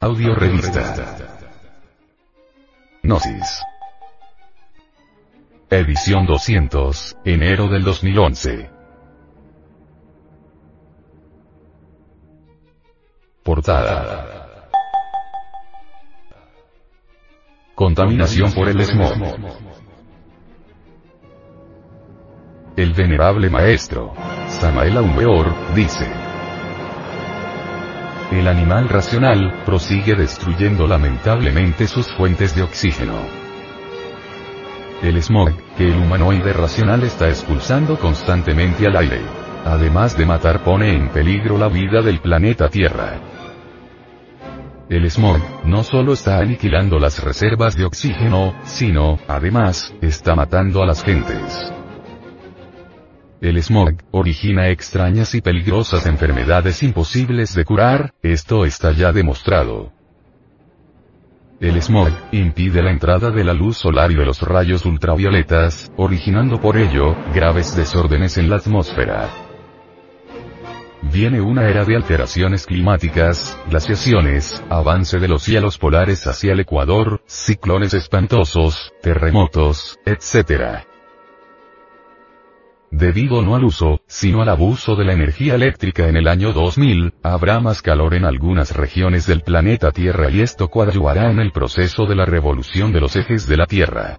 Audio Revista Gnosis. Edición 200, enero del 2011. Portada. Contaminación por el smog. El venerable maestro Samael Aun Weor dice: el animal racional prosigue destruyendo lamentablemente sus fuentes de oxígeno. El smog, que el humanoide racional está expulsando constantemente al aire, además de matar, pone en peligro la vida del planeta Tierra. El smog no solo está aniquilando las reservas de oxígeno, sino, además, está matando a las gentes. El smog origina extrañas y peligrosas enfermedades imposibles de curar, esto está ya demostrado. El smog impide la entrada de la luz solar y de los rayos ultravioletas, originando por ello graves desórdenes en la atmósfera. Viene una era de alteraciones climáticas, glaciaciones, avance de los cielos polares hacia el ecuador, ciclones espantosos, terremotos, etc. Debido no al uso, sino al abuso de la energía eléctrica en el año 2000, habrá más calor en algunas regiones del planeta Tierra y esto coadyuvará en el proceso de la revolución de los ejes de la Tierra.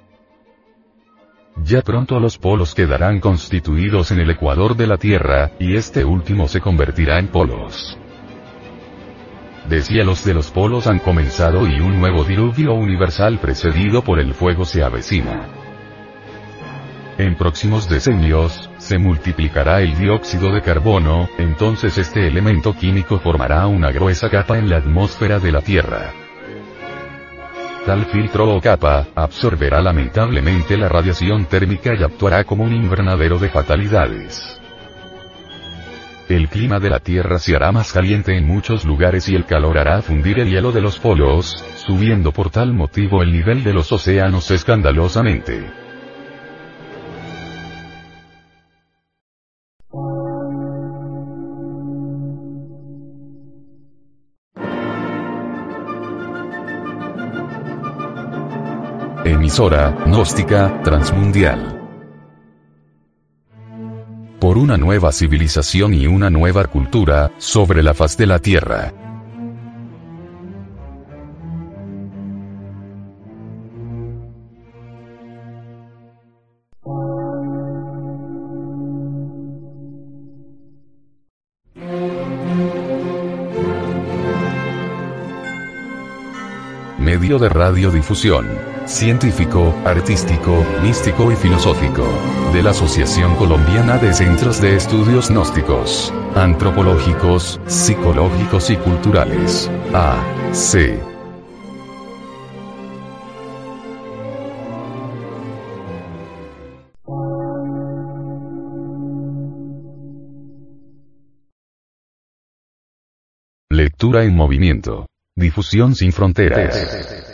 Ya pronto los polos quedarán constituidos en el ecuador de la Tierra, y este último se convertirá en polos. Deshielos de los polos han comenzado y un nuevo diluvio universal precedido por el fuego se avecina. En próximos decenios, se multiplicará el dióxido de carbono, entonces este elemento químico formará una gruesa capa en la atmósfera de la Tierra. Tal filtro o capa, absorberá lamentablemente la radiación térmica y actuará como un invernadero de fatalidades. El clima de la Tierra se hará más caliente en muchos lugares y el calor hará fundir el hielo de los polos, subiendo por tal motivo el nivel de los océanos escandalosamente. Emisora gnóstica transmundial. Por una nueva civilización y una nueva cultura sobre la faz de la Tierra. Medio de radiodifusión científico, artístico, místico y filosófico, de la Asociación Colombiana de Centros de Estudios Gnósticos, Antropológicos, Psicológicos y Culturales, AC. Lectura en movimiento. Difusión sin fronteras.